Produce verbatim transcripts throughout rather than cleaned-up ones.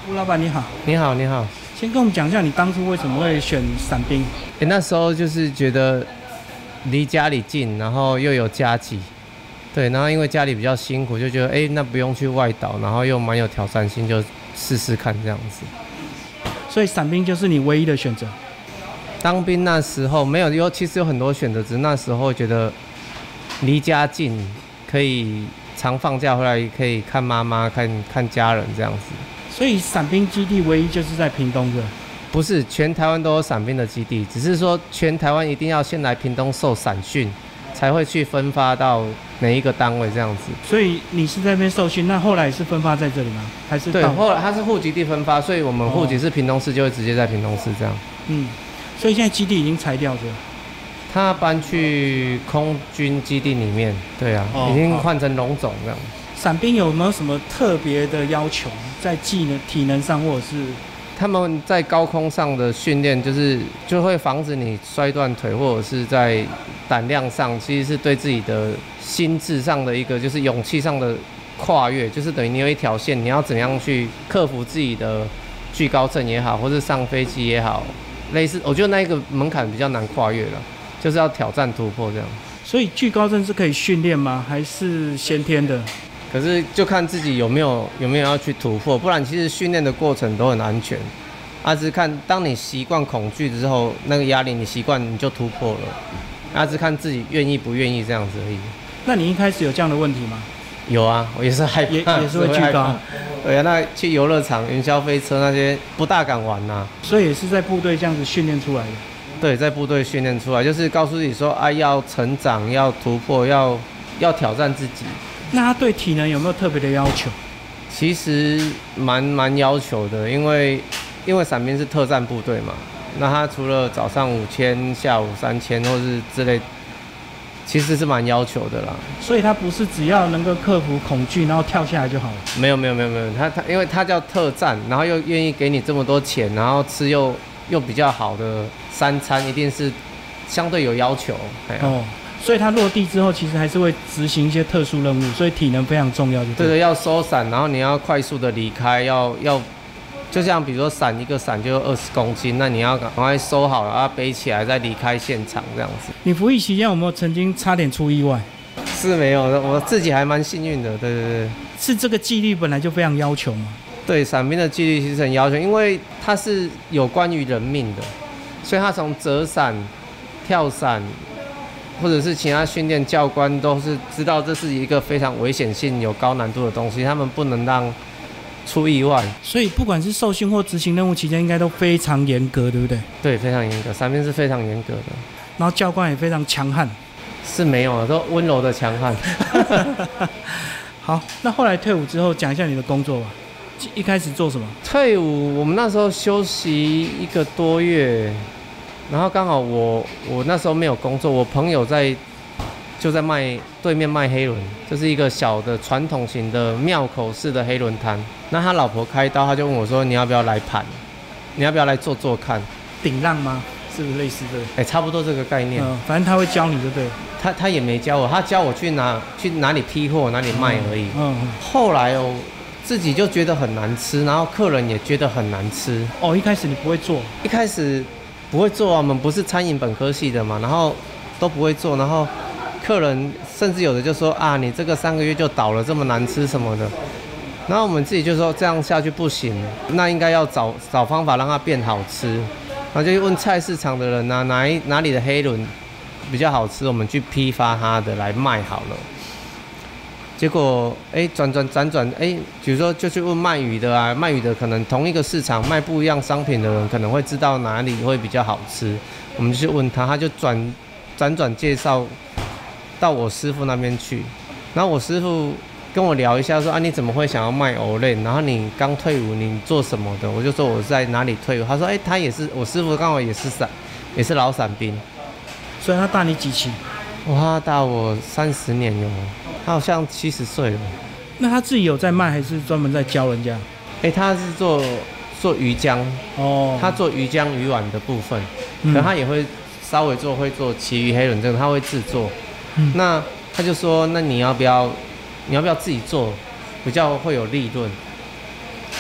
吴老板你好。 你好，你好。 先跟我们讲一下你当初为什么会选伞兵？ 欸，那时候就是觉得离家里近，然后又有加急，对，然后因为家里比较辛苦，就觉得哎、欸，那不用去外岛，然后又蛮有挑战性，就试试看这样子。 所以伞兵就是你唯一的选择。 当兵那时候没有，有其实有很多选择，只是那时候觉得离家近，可以常放假回来，可以看妈妈、看看家人这样子。 所以伞兵基地唯一就是在屏东的。 不是，全台湾都有伞兵的基地，只是说全台湾一定要先来屏东受伞训，才会去分发到每一个单位这样子。 所以你是在那边受训，那后来是分发在这里吗？还是对，后来它是户籍地分发，所以我们户籍是屏东市，就会直接在屏东市这样。 嗯，所以现在基地已经裁掉了。 他搬去空军基地里面，对啊，哦、已经换成龙总这样。 伞兵有没有什么特别的要求，在技能、体能上，或者是他们在高空上的训练，就是就会防止你摔断腿，或者是在胆量上，其实是对自己的心智上的一个，就是勇气上的跨越，就是等于你有一条线，你要怎样去克服自己的惧高症也好，或是上飞机也好，类似，我觉得那一个门槛比较难跨越了，就是要挑战突破这样。 所以惧高症是可以训练吗？还是先天的？ 可是就看自己有没有有没有要去突破，不然其实训练的过程都很安全。啊，只是看当你习惯恐惧之后，那个压力你习惯你就突破了。啊，只是看自己愿意不愿意这样子而已。 那你一开始有这样的问题吗？ 有啊，我也是害怕， 也也是会惧高。 对啊，那去游乐场、云霄飞车那些不大敢玩呐、啊。 所以也是在部队这样子训练出来的。 对，在部队训练出来，就是告诉自己说啊，要成长，要突破，要要挑战自己。 那他对体能有没有特别的要求？ 其实蛮蛮要求的，因为因为伞兵是特战部队嘛，那他除了早上五千、下午三千或是之类，其实是蛮要求的啦。 所以他不是只要能够克服恐惧，然后跳下来就好了。 没有没有没有没有，他他因为他叫特战，然后又愿意给你这么多钱，然后吃又又比较好的三餐，一定是相对有要求。哦。 所以他落地之后，其实还是会执行一些特殊任务，所以体能非常重要就对。 对对，要收伞，然后你要快速的离开，要要，就像比如说伞一个伞就二十公斤，那你要赶快收好了，然后背起来再离开现场这样子。 你服役期间有没有曾经差点出意外？ 是没有，我自己还蛮幸运的。对对对。 是这个纪律本来就非常要求吗？ 对，伞兵的纪律其实很要求，因为它是有关于人命的，所以他从折伞、跳伞。或者是其他训练教官都是知道这是一个非常危险性、有高难度的东西，他们不能让出意外。 所以不管是受训或执行任务期间，应该都非常严格，对不对？ 对，非常严格，伞兵是非常严格的。 然后教官也非常强悍。 是没有，都温柔的强悍。 好，那后来退伍之后，讲一下你的工作吧。一开始做什么？ 退伍，我们那时候休息一个多月。然后刚好我我那时候没有工作，我朋友在就在卖对面卖黑轮，这是一个小的传统型的庙口式的黑轮摊。那他老婆开刀，他就问我说：“你要不要来盘？你要不要来做做看？” 顶浪吗？是不是类似的？ 哎、欸，差不多这个概念。 嗯，反正他会教你就对了。 他他也没教我，他教我去哪去哪里批货，哪里卖而已。 嗯。嗯后来哦，自己就觉得很难吃，然后客人也觉得很难吃。 哦，一开始你不会做？ 一开始。不会做啊，我们不是餐饮本科系的嘛，然后都不会做，然后客人甚至有的就说啊，你这个三个月就倒了，这么难吃什么的，然后我们自己就说这样下去不行，那应该要找找方法让它变好吃，然后就去问菜市场的人啊，哪一哪里的黑轮比较好吃，我们去批发它的来卖好了。结果，哎，转转辗转，哎，比如说就去问卖鱼的啊，卖鱼的可能同一个市场卖不一样商品的人，可能会知道哪里会比较好吃，我们就去问他，他就转辗转介绍到我师傅那边去，然后我师傅跟我聊一下说啊，你怎么会想要卖藕类？然后你刚退伍，你做什么的？我就说我在哪里退伍，他说，哎，他也是，我师傅刚好也是伞，也是老伞兵， 所以他大你几期？ 哇，他大我三十年有。他好像七十岁了。 那他自己有在卖，还是专门在教人家？ 哎、欸，他是做做鱼浆哦， 他做鱼浆鱼丸的部分，嗯、可能他也会稍微做，会做旗鱼黑轮这个，他会制作。嗯、那他就说，那你要不要，你要不要自己做，比较会有利润？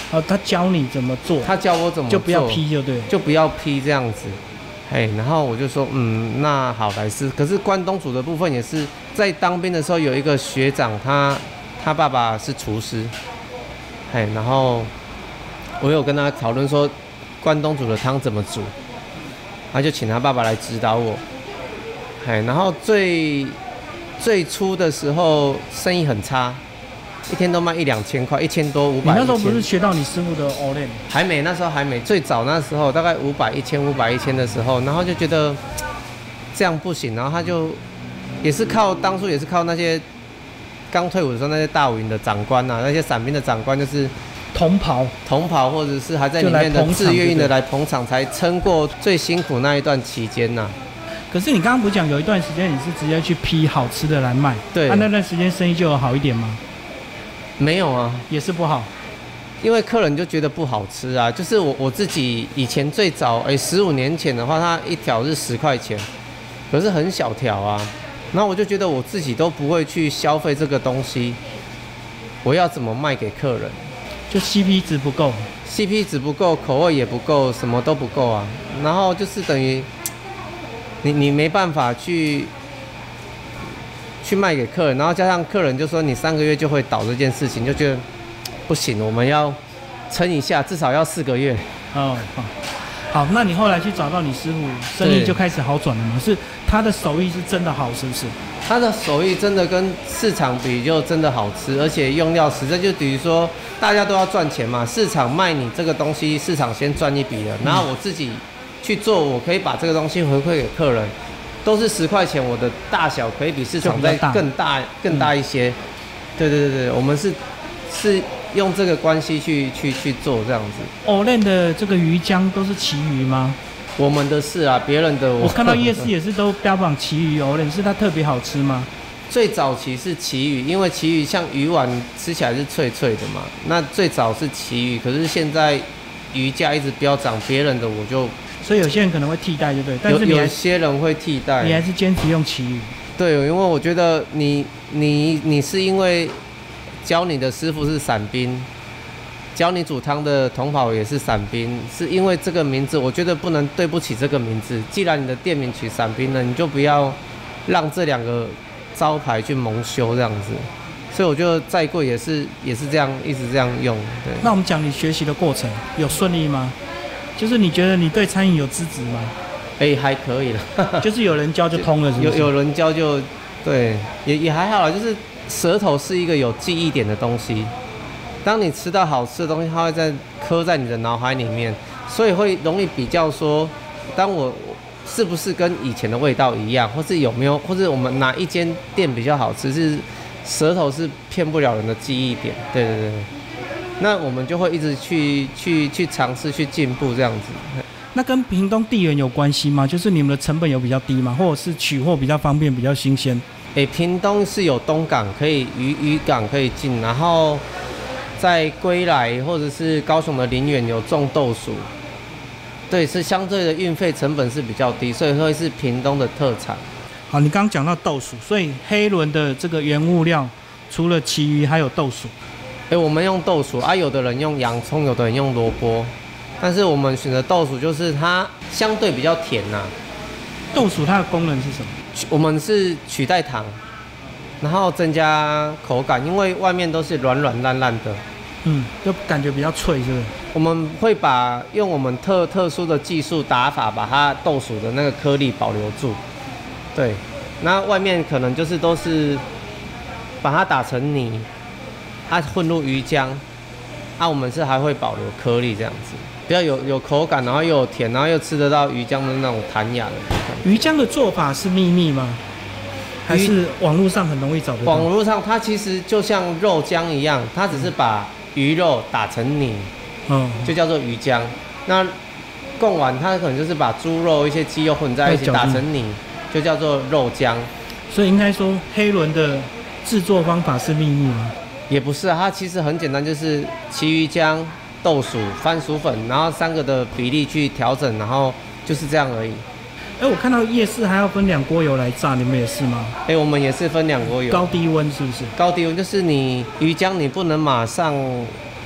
哦，他教你怎么做， 他教我怎么做， 就不要劈就对， 就不要劈这样子。哎，然后我就说，嗯，那好来试。可是关东煮的部分也是在当兵的时候有一个学长，他他爸爸是厨师，哎，然后我有跟他讨论说关东煮的汤怎么煮，他就请他爸爸来指导我。哎，然后最最初的时候生意很差，一天都卖一两千块，一千多五百。 你那时候不是学到你师傅的 Olen？ 还没，那时候还没。最早那时候大概五百、一千、五百、一千的时候，然后就觉得这样不行，然后他就也是靠当初也是靠那些刚退伍的时候那些大武营的长官啊，那些伞兵的长官，就是同袍、 同袍或者是还在里面的自愿的来捧场，才撑过最辛苦那一段期间呐、啊。 可是你刚刚不是讲有一段时间你是直接去批好吃的来卖？ 对。 啊，那段时间生意就有好一点吗？ 没有啊， 也是不好。 因为客人就觉得不好吃啊。就是我我自己以前最早哎十五年前的话，它一条是十块钱，可是很小条啊。然后我就觉得我自己都不会去消费这个东西，我要怎么卖给客人？ 就 C P 值不够 ，C P 值不够，口味也不够，什么都不够啊。然后就是等于你你没办法去去卖给客人，然后加上客人就说你三个月就会倒这件事情，就觉得不行，我们要撑一下，至少要四个月。 哦，好，好，那你后来去找到你师傅，生意就开始好转了吗？是他的手艺是真的好，是不是？ 他的手艺真的跟市场比就真的好吃，而且用料实在，就比如说大家都要赚钱嘛，市场卖你这个东西，市场先赚一笔了，然后我自己去做，我可以把这个东西回馈给客人，都是十块钱，我的大小可以比市场再更大更大一些。嗯、对对对对，我们是是用这个关系去去去做这样子。 Olen的这个鱼浆都是旗鱼吗？ 我们的是啊，别人的 我, 我看到夜市也是都标榜旗鱼Olen，是它特别好吃吗？ 最早期是旗鱼，因为旗鱼像鱼丸吃起来是脆脆的嘛。那最早是旗鱼，可是现在鱼价一直飙涨，别人的我就， 所以有些人可能会替代，就对。但是有有些人会替代， 你还是坚持用旗鱼。 对，因为我觉得你你你是因为教你的师傅是伞兵。教你煮汤的同袍也是伞兵，是因为这个名字，我觉得不能对不起这个名字。既然你的店名取伞兵了，你就不要让这两个招牌去蒙羞这样子。所以我觉得再贵也是也是这样，一直这样用。对。 那我们讲你学习的过程有顺利吗？就是你觉得你对餐饮有资质吗？ 哎、欸，还可以了。就是有人教就通了是不是， 有有人教就对，也也还好啦。就是舌头是一个有记忆点的东西。当你吃到好吃的东西，它会在刻在你的脑海里面，所以会容易比较说，当我是不是跟以前的味道一样，或是有没有，或者我们哪一间店比较好吃，是舌头是骗不了人的记忆点。对对对，那我们就会一直去去去尝试去进步这样子。 那跟屏东地缘有关系吗？就是你们的成本有比较低吗？或者是取货比较方便、比较新鲜？ 诶，屏东是有东港可以渔渔港可以进，然后。在归来或者是高雄的林园有种豆薯，对，是相对的运费成本是比较低，所以会是屏东的特产。 好，你刚刚讲到豆薯，所以黑轮的这个原物料除了旗鱼还有豆薯。 哎、欸，我们用豆薯啊，有的人用洋葱，有的人用萝卜，但是我们选择豆薯，就是它相对比较甜呐、啊。 豆薯它的功能是什么？ 我们是取代糖。然后增加口感，因为外面都是软软烂烂的， 嗯，就感觉比较脆，是不是？ 我们会把用我们特特殊的技术打法，把它豆薯的那个颗粒保留住。对，那外面可能就是都是把它打成泥，它混入鱼浆，啊，我们是还会保留颗粒这样子，比较有有口感，然后又有甜，然后又吃得到鱼浆的那种弹牙的。 鱼浆的做法是秘密吗？还是网络上很容易找得到？ 网络上它其实就像肉浆一样，它只是把鱼肉打成泥，嗯，就叫做鱼浆。那贡丸它可能就是把猪肉一些鸡肉混在一起打成泥，就叫做肉浆。 所以应该说黑轮的制作方法是秘密吗？ 也不是啊，它其实很简单，就是旗鱼浆、豆薯、番薯粉，然后三个的比例去调整，然后就是这样而已。 哎、欸，我看到夜市还要分两锅油来炸，你们也是吗？ 哎、欸，我们也是分两锅油， 高低温是不是？ 高低温就是你鱼浆你不能马上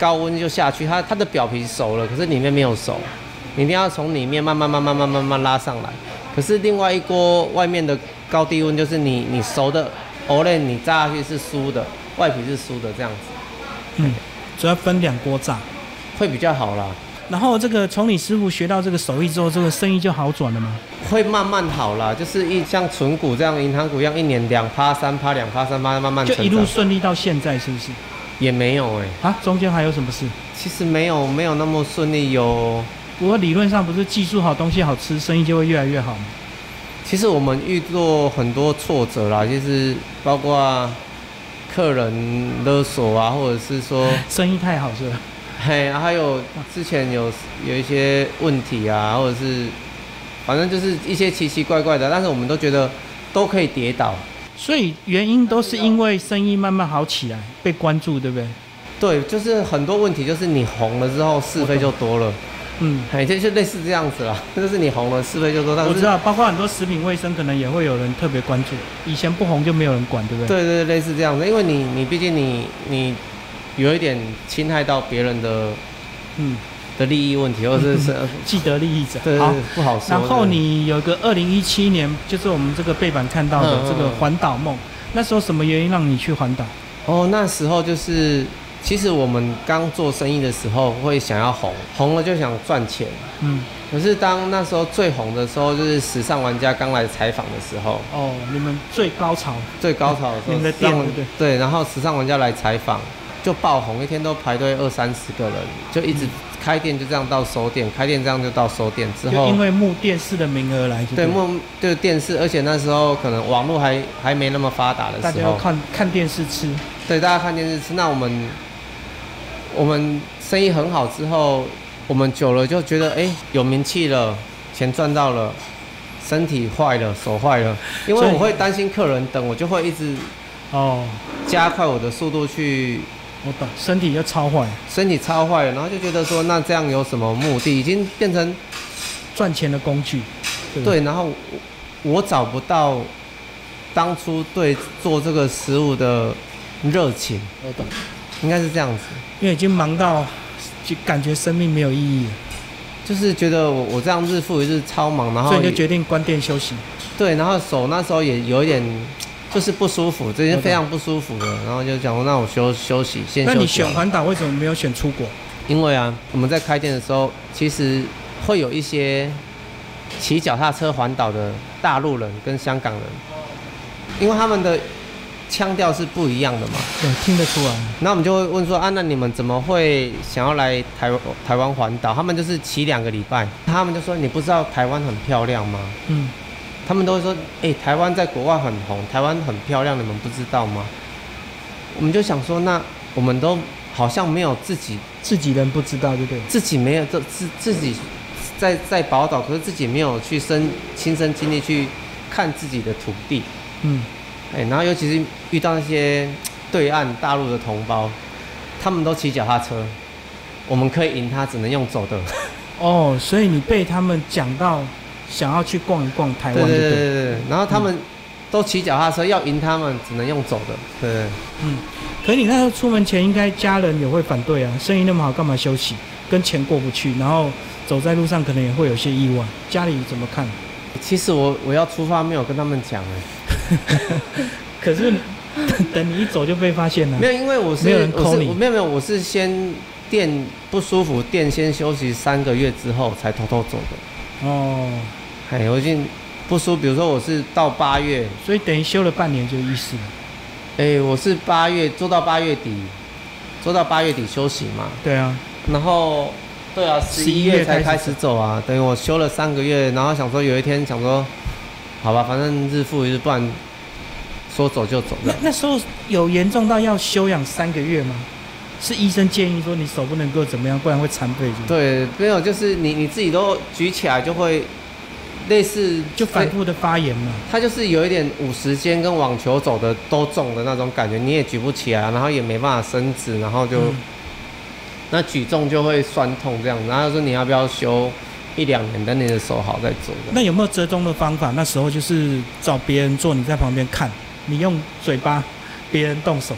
高温就下去，它它的表皮熟了，可是里面没有熟，你一定要从里面慢慢慢慢慢慢慢拉上来。可是另外一锅外面的高低温就是你你熟的藕类你炸下去是酥的，外皮是酥的这样子。 嗯，主要分两锅炸会比较好啦。 然后这个从你师傅学到这个手艺之后，这个生意就好转了吗？ 会慢慢好啦，就是一像存股这样、银行股一样，一年两趴、三趴、两趴、三趴，慢慢成长。 就一路顺利到现在，是不是？ 也没有哎、 欸。啊，中间还有什么事？ 其实没有，没有那么顺利。有， 不过理论上不是技术好、东西好吃，生意就会越来越好吗？ 其实我们遇过很多挫折啦，就是包括客人勒索啊，或者是说生意太好是吧？ 嘿，还有之前有有一些问题啊，或者是反正就是一些奇奇怪怪的，但是我们都觉得都可以跌倒。 所以原因都是因为生意慢慢好起来，被关注，对不对？ 对，就是很多问题，就是你红了之后是非就多了。嗯，哎，就是类似这样子啦，就是你红了是非就多。但是我知道，包括很多食品卫生，可能也会有人特别关注。以前不红就没有人管，对不对？ 对对，类似这样子，因为你你毕竟你你有一点侵害到别人的嗯的利益问题，或者是既得利益者， 对，好不好说。 然后你有个二零一七年，就是我们这个背板看到的这个环岛梦，那时候什么原因让你去环岛？ 哦，那时候就是。其实我们刚做生意的时候会想要红，红了就想赚钱。嗯，可是当那时候最红的时候，就是时尚玩家刚来采访的时候。 哦，你们最高潮。最高潮的时候， 你们的店对不对？ 对，然后时尚玩家来采访，就爆红，一天都排队二三十个人，就一直开店，就这样到收店，开店这样就到收店之后。 就因为募电视的名额来就对。 对，募就是电视，而且那时候可能网络还还没那么发达的时候。 大家要看看电视吃。 对，大家看电视吃，那我们。我们生意很好之后，我们久了就觉得，哎，有名气了，钱赚到了，身体坏了，手坏了，因为我会担心客人等，我就会一直哦加快我的速度去。 我懂，身体就超坏， 身体超坏了，然后就觉得说，那这样有什么目的？已经变成赚钱的工具。 对，对，然后我我找不到当初对做这个食物的热情。 我懂。 应该是这样子， 因为已经忙到就感觉生命没有意义了， 就是觉得我我这样日复一日超忙，然后所以就决定关店休息。 对，然后手那时候也有一点就是不舒服，这些非常不舒服的，然后就讲说那我休休息先休息。 那你选环岛为什么没有选出国？ 因为啊，我们在开店的时候，其实会有一些骑脚踏车环岛的大陆人跟香港人，因为他们的。腔调是不一样的嘛？ 对，听得出来。 那我们就会问说啊，那你们怎么会想要来台湾台湾环岛？他们就是骑两个礼拜，他们就说你不知道台湾很漂亮吗？嗯，他们都会说，哎、欸，台湾在国外很红，台湾很漂亮，你们不知道吗？我们就想说，那我们都好像没有自己自己人不知道，对不对？ 自己没有，自自己在在宝岛，可是自己没有去身亲身经历去看自己的土地。嗯。哎，然后尤其是遇到那些对岸大陆的同胞，他们都骑脚踏车，我们可以赢他，只能用走的。 哦，所以你被他们讲到想要去逛一逛台湾，对对对对对。然后他们都骑脚踏车，要赢他们只能用走的，对对。 嗯，可是你那时候出门前，应该家人也会反对啊，生意那么好，干嘛休息？跟钱过不去，然后走在路上可能也会有些意外，家里怎么看？ 其实我我要出发没有跟他们讲哎， 可是等你一走就被发现了。 没有，因为我是没有人 call 你， 我没有没有，我是先店不舒服，店先休息三个月之后才偷偷走的。哦，哎，我已经不舒服，比如说我是到八月， 所以等于休了半年就意思了。 哎，我是八月做到八月底，做到八月底休息嘛。 对啊， 然后。对啊，十一月才开始走啊，等于我休了三个月，然后想说有一天想说，好吧，反正日复一日，不然说走就走。 那那时候有严重到要休养三个月吗？是医生建议说你手不能够怎么样，不然会残废。 对，没有，就是你你自己都举起来就会类似就反复的发炎嘛。 它就是有一点五十肩跟网球走的都重的那种感觉，你也举不起来，然后也没办法伸直，然后就。嗯那举重就会酸痛这样，然后说你要不要休一两年，等你的手好再做。 那有没有折中的方法？那时候就是找别人做，你在旁边看，你用嘴巴，别人动手。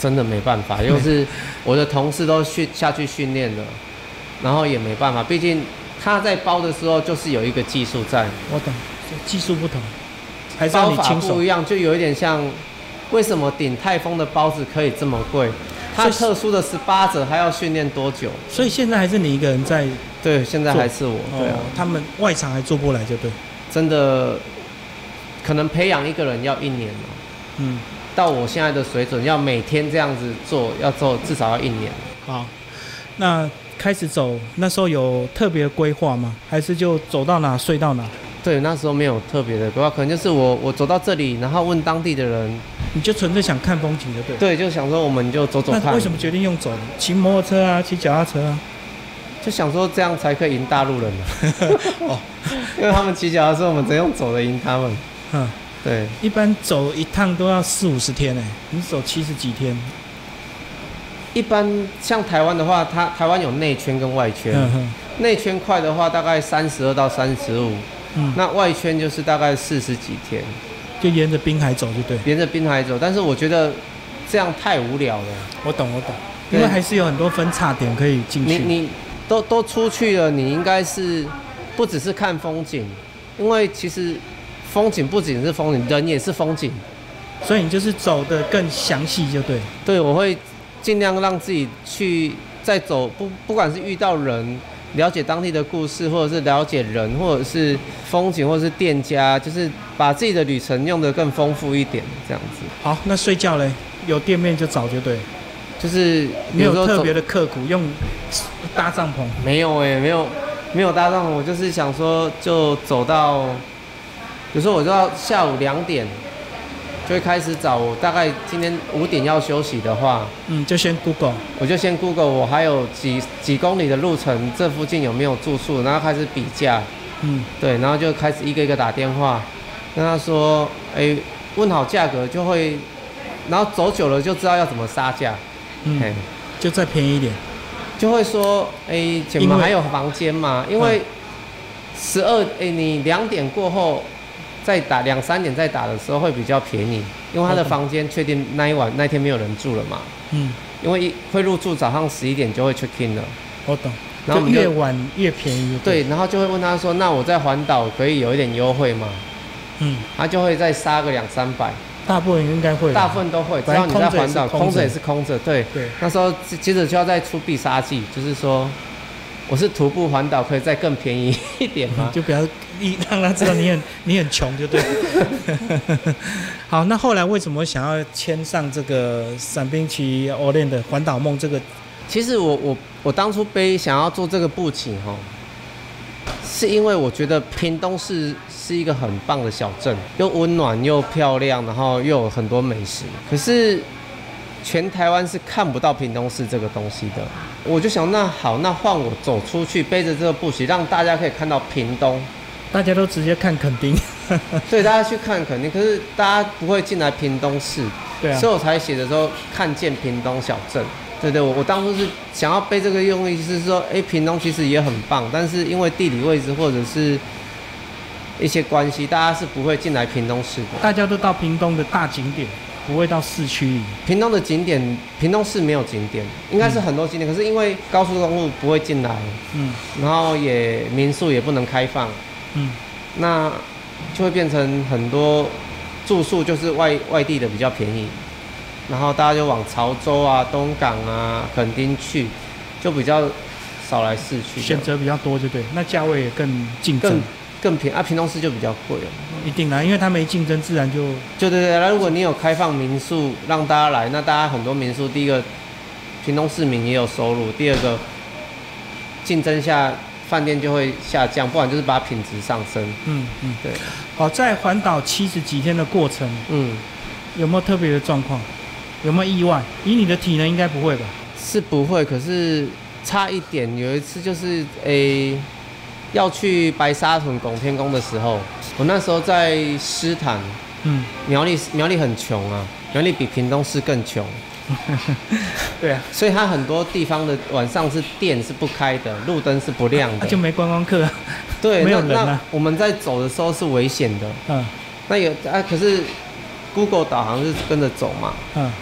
真的没办法，又是我的同事都训下去训练了，然后也没办法，毕竟他在包的时候就是有一个技术在。 我懂，技术不同，还是要包法你亲手不一样，就有一点像，为什么鼎泰丰的包子可以这么贵？它特殊的十八折还要训练多久？ 所以现在还是你一个人在。 对，现在还是我。对啊、 哦，他们外场还做不来就对。 真的，可能培养一个人要一年了。嗯。到我现在的水准，要每天这样子做，要做至少要一年。 好，那开始走，那时候有特别规划吗？还是就走到哪睡到哪？ 对，那时候没有特别的规划，可能就是我我走到这里，然后问当地的人， 你就纯粹想看风景就对。 对，就想说我们就走走看。 那为什么决定用走的？骑摩托车啊，骑脚踏车啊？ 就想说这样才可以赢大陆人嘛。哦，因为他们骑脚踏车，我们只用走的赢他们。嗯，对。一般走一趟都要四五十天哎，你走七十几天。 一般像台湾的话，它台湾有内圈跟外圈。嗯、内圈快的话，大概三十二到三十五。嗯，那外圈就是大概四十几天， 就沿着滨海走就对。 沿着滨海走，但是我觉得这样太无聊了。 我懂，我懂，因为还是有很多分叉点可以进去。 你你都都出去了，你应该是不只是看风景，因为其实风景不仅是风景，人也是风景。 所以你就是走得更详细就对。 对，我会尽量让自己去再走，不不管是遇到人。了解当地的故事，或者是了解人，或者是风景，或者是店家，就是把自己的旅程用得更丰富一点，这样子。 好，那睡觉嘞？有店面就找就对， 就是没有特别的刻苦，用搭帐篷。 没有哎、欸，没有没有搭帐篷，我就是想说，就走到，有时候我就到下午两点。就会开始找我，大概今天五点要休息的话， 嗯，就先 Google， 我就先 Google 我还有几几公里的路程，这附近有没有住宿，然后开始比价，嗯，对，然后就开始一个一个打电话，跟他说，哎、欸，问好价格就会，然后走久了就知道要怎么杀价， 嗯，就再便宜一点， 就会说，哎、欸，你们还有房间吗？因为十二，哎，你两点过后。再打两三点再打的时候会比较便宜，因为他的房间确定那一晚那天没有人住了嘛。嗯。因为会入住早上十一点就会 check in 了。 我懂。然后就越晚越便宜。 对，然后就会问他说：“那我在环岛可以有一点优惠吗？”嗯。他就会再杀个两三百。 大部分应该会。 大部分都会，只要你在环岛，空着也是空着。对。对。那时候接着就要再出必杀技，就是说。我是徒步环岛，可以再更便宜一点吗？ 就不要让他知道你很你很穷就对了。好，那后来为什么想要签上这个伞兵骑 Orient 的环岛梦这个？ 其实我我我当初背想要做这个步骑哈，是因为我觉得屏东市是一个很棒的小镇，又温暖又漂亮，然后又有很多美食。可是全台湾是看不到屏东市这个东西的。我就想，那好，那换我走出去，背着这个步骑，让大家可以看到屏东。 大家都直接看垦丁， 对，大家去看垦丁，可是大家不会进来屏东市，对啊，所以我才写的时候看见屏东小镇。对对，我我当初是想要背这个用意，是说，哎，屏东其实也很棒，但是因为地理位置或者是一些关系，大家是不会进来屏东市的。 大家都到屏东的大景点。不会到市区里。 屏东的景点，屏东市没有景点，应该是很多景点，嗯、可是因为高速公路不会进来，嗯，然后也民宿也不能开放，嗯，那就会变成很多住宿就是外外地的比较便宜，然后大家就往潮州啊、东港啊、垦丁去，就比较少来市区， 选择比较多，就对，那价位也更竞争。 更更便宜啊，屏东市就比较贵了。 一定啦，因为它没竞争，自然就就对对。那如果你有开放民宿让大家来，那大家很多民宿，第一个屏东市民也有收入，第二个竞争下饭店就会下降，不然就是把品质上升。嗯嗯，对。 好，在环岛七十几天的过程，嗯，有没有特别的状况？有没有意外？以你的体能应该不会吧？ 是不会，可是差一点。有一次就是诶。欸要去白沙屯拱天宫的时候，我那时候在狮潭，嗯，苗栗苗栗很穷啊，苗栗比屏东市更穷， 对啊， 所以它很多地方的晚上是店是不开的，路灯是不亮的， 啊、就没观光客、啊， 对， 没有人啊。 那我们在走的时候是危险的，嗯，那有啊，可是 Google 导航是跟着走嘛，嗯，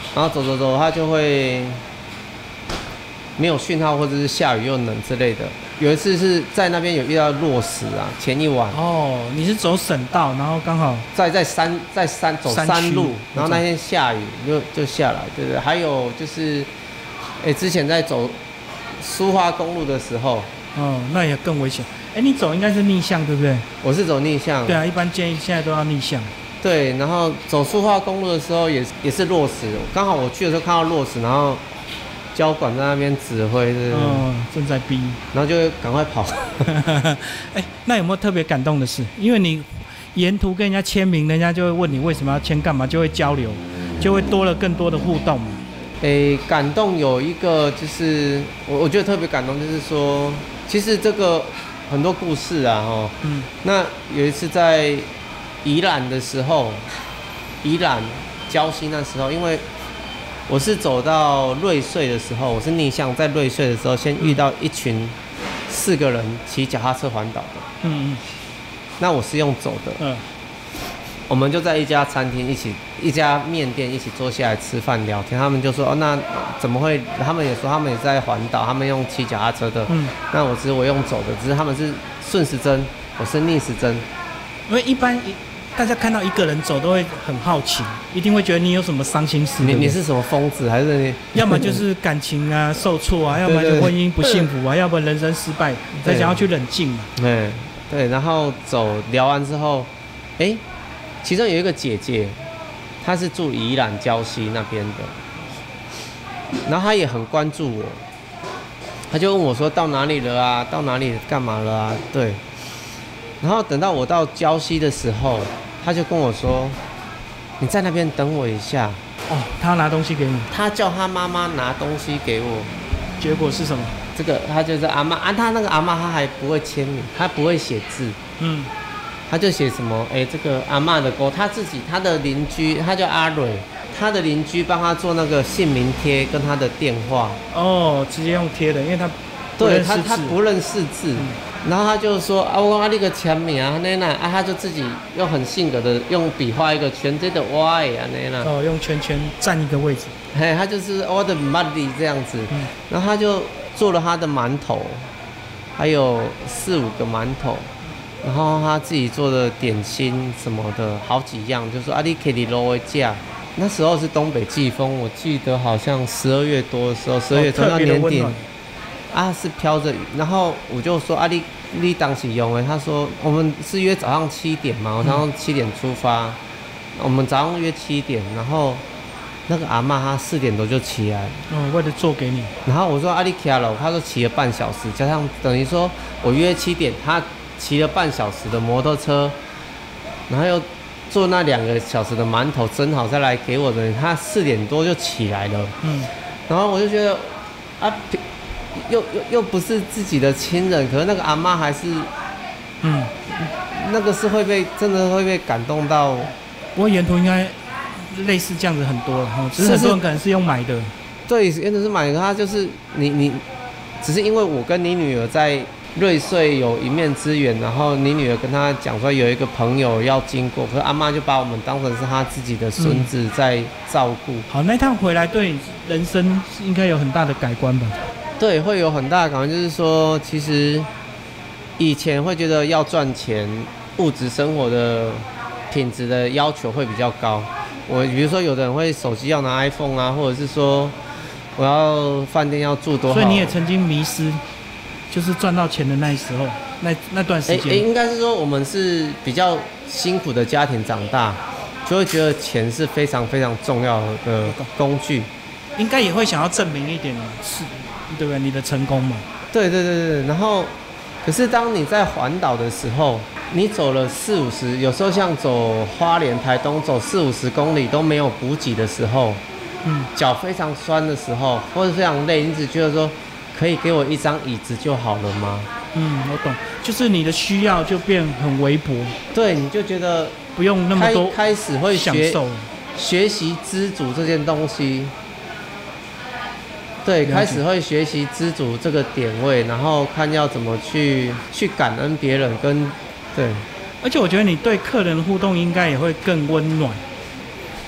然后走走走，它就会没有讯号，或者是下雨又冷之类的。有一次是在那边有遇到落石啊，前一晚。 哦，你是走省道，然后刚好在在山在山走山路，然后那天下雨就就下来，对不对？还有就是，哎，之前在走苏花公路的时候， 哦，那也更危险。哎，你走应该是逆向，对不对？ 我是走逆向。 对啊，一般建议现在都要逆向。 对，然后走苏花公路的时候也也是落石，刚好我去的时候看到落石，然后交管在那边指挥，对不对？ 哦，正在逼， 然后就赶快跑。 哎，那有没有特别感动的事？因为你沿途跟人家签名，人家就会问你为什么要签，干嘛，就会交流，就会多了更多的互动嘛。 哎，感动有一个就是我我觉得特别感动，就是说其实这个很多故事啊，哦，嗯，那有一次在宜兰的时候，宜兰礁溪那时候，因为我是走到瑞穗的时候，我是逆向在瑞穗的时候，先遇到一群四个人骑脚踏车环岛的，嗯嗯，那我是用走的，嗯，我们就在一家餐厅一起，一家面店一起坐下来吃饭聊天，他们就说哦，那怎么会？他们也说他们也在环岛，他们用骑脚踏车的，嗯，那我只是我用走的，只是他们是顺时针，我是逆时针， 因为一般大家看到一个人走都会很好奇，一定会觉得你有什么伤心事。 你你是什么疯子，还是你？ 要么就是感情啊受挫啊，要么就婚姻不幸福啊，要不然人生失败，才想要去冷静嘛。 对对，然后走聊完之后，哎，其中有一个姐姐，她是住宜兰礁溪那边的，然后她也很关注我，她就问我说到哪里了啊？到哪里干嘛了啊？对，然后等到我到礁溪的时候。他就跟我说：“你在那边等我一下。” 哦，他要拿东西给你。 他叫他妈妈拿东西给我。 结果是什么？ 这个他就是阿嬷啊，他那个阿嬷他还不会签名，他不会写字。嗯。他就写什么？哎、欸，这个阿嬷的勾，他自己他的邻居，他叫阿蕊，他的邻居帮他做那个姓名贴跟他的电话。 哦，直接用贴的，因为他对他他不认识字。嗯，然后他就说啊，我啊那个签名啊，那那啊，他就自己用很性格的用笔画一个圈，这个 Y 啊那那。 哦，用圈圈占一个位置。 嘿，他就是我的 money 这样子。嗯。然后他就做了他的馒头，还有四五个馒头，然后他自己做的点心什么的，好几样，就说啊，你可以搂一架。那时候是东北季风，我记得好像十二月多的时候，十二月多到年底。啊，是飘着雨，然后我就说啊，你你当时用的，他说我们是约早上七点嘛，早上七点出发，嗯、我们早上约七点，然后那个阿嬷她四点多就起来， 嗯，为了做给你， 然后我说啊，你起来了，他说骑了半小时，加上等于说我约七点，他骑了半小时的摩托车，然后又做那两个小时的馒头蒸好再来给我的，他四点多就起来了，嗯，然后我就觉得啊。又又又不是自己的亲人，可是那个阿嬷还是，嗯，那个是会被真的会被感动到。 不过沿途应该类似这样子很多了，只是很多人可能是用买的。 对，真的是买的，他就是你你，只是因为我跟你女儿在瑞穗有一面之缘，然后你女儿跟他讲说有一个朋友要经过，可是阿嬷就把我们当成是她自己的孙子在照顾。嗯、 好，那趟回来对人生应该有很大的改观吧？ 对，会有很大的感觉，就是说，其实以前会觉得要赚钱，物质生活的品质的要求会比较高。我比如说，有的人会手机要拿 iPhone 啊，或者是说我要饭店要住多好。 所以你也曾经迷失，就是赚到钱的那时候，那那段时间。 哎，应该是说我们是比较辛苦的家庭长大，就会觉得钱是非常非常重要的工具。 应该也会想要证明一点是。对不对？你的成功嘛？ 对对对对。然后，可是当你在环岛的时候，你走了四五十，有时候像走花莲、台东走四五十公里都没有补给的时候，嗯，脚非常酸的时候，或者非常累，你只觉得说，可以给我一张椅子就好了吗？ 嗯，我懂，就是你的需要就变很微薄。 对，你就觉得不用那么多， 开始会学享受学习知足这件东西。对，开始会学习知足这个点位，然后看要怎么去去感恩别人跟对， 而且我觉得你对客人的互动应该也会更温暖，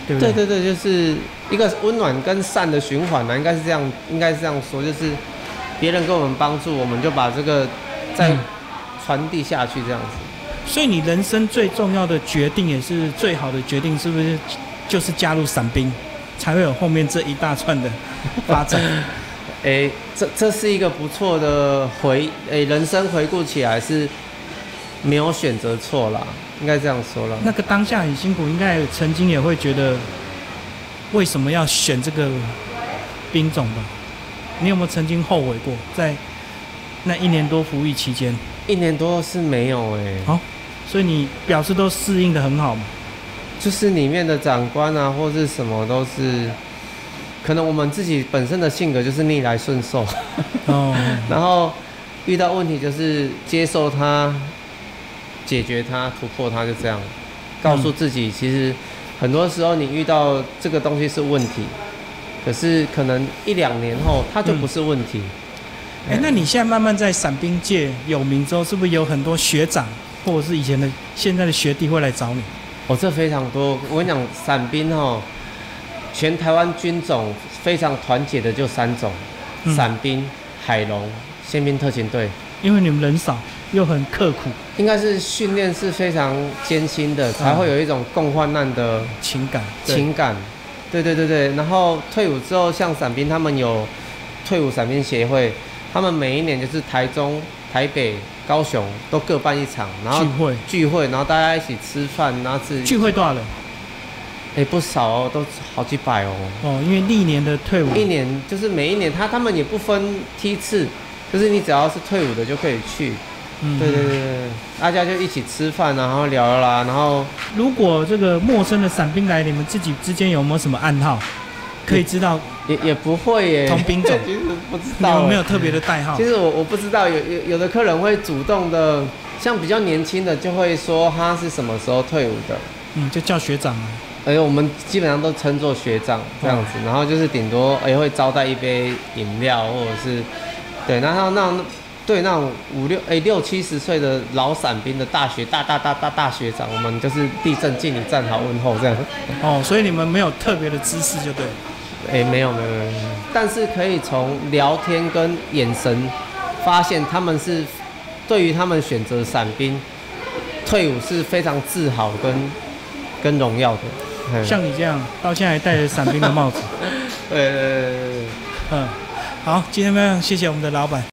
对不对？ 对对对，就是一个温暖跟善的循环呢，应该是这样，应该是这样说，就是别人给我们帮助，我们就把这个再传递下去，这样子。 所以你人生最重要的决定，也是最好的决定，是不是就是加入伞兵，才会有后面这一大串的发展？ 哎，这这是一个不错的回，哎，人生回顾起来是没有选择错啦，应该这样说了。 那个当下很辛苦，应该曾经也会觉得，为什么要选这个兵种吧？你有没有曾经后悔过，在那一年多服役期间？ 一年多是没有哎、欸。 好、哦，所以你表示都适应得很好嘛？ 就是里面的长官啊，或是什么都是。可能我们自己本身的性格就是逆来顺受，哦，然后遇到问题就是接受它、解决它、突破它，就这样。告诉自己，其实很多时候你遇到这个东西是问题，可是可能一两年后它就不是问题。 哎、嗯欸，那你现在慢慢在伞兵界有名之后，是不是有很多学长或者是以前的、现在的学弟会来找你？ 哦，这非常多。我跟你讲，伞兵哦。全台湾军种非常团结的就三种：伞兵、海龙、宪兵特勤队。 因为你们人少，又很刻苦， 应该是训练是非常艰辛的，才会有一种共患难的情感。 情感，对对对对。然后退伍之后，像伞兵他们有退伍伞兵协会，他们每一年就是台中、台北、高雄都各办一场，然后聚会聚会，然后大家一起吃饭，然后是聚会多少人？ 哎、欸，不少哦，都好几百哦。 哦，因为历年的退伍， 一年就是每一年他他们也不分梯次，就是你只要是退伍的就可以去。嗯，对对对对，大家就一起吃饭啊，然后聊啦，然后如果这个陌生的伞兵来，你们自己之间有没有什么暗号？可以知道？ 也也不会耶， 同兵种其实不知道， 有没有特别的代号？ 其实我我不知道，有有有的客人会主动的，像比较年轻的就会说他是什么时候退伍的， 嗯，就叫学长啊。 哎，我们基本上都称作学长这样子，然后就是顶多哎会招待一杯饮料，或者是对，然后那种对那种五六哎六七十岁的老伞兵的大学大大大大大学长，我们就是地正敬礼站好问候这样。 哦，所以你们没有特别的姿势就对了。 哎，没有没有没有，但是可以从聊天跟眼神发现他们是对于他们选择伞兵退伍是非常自豪跟跟荣耀的。 像你这样到现在还戴着伞兵的帽子， 对对对对对， 嗯，好，今天非常谢谢我们的老板。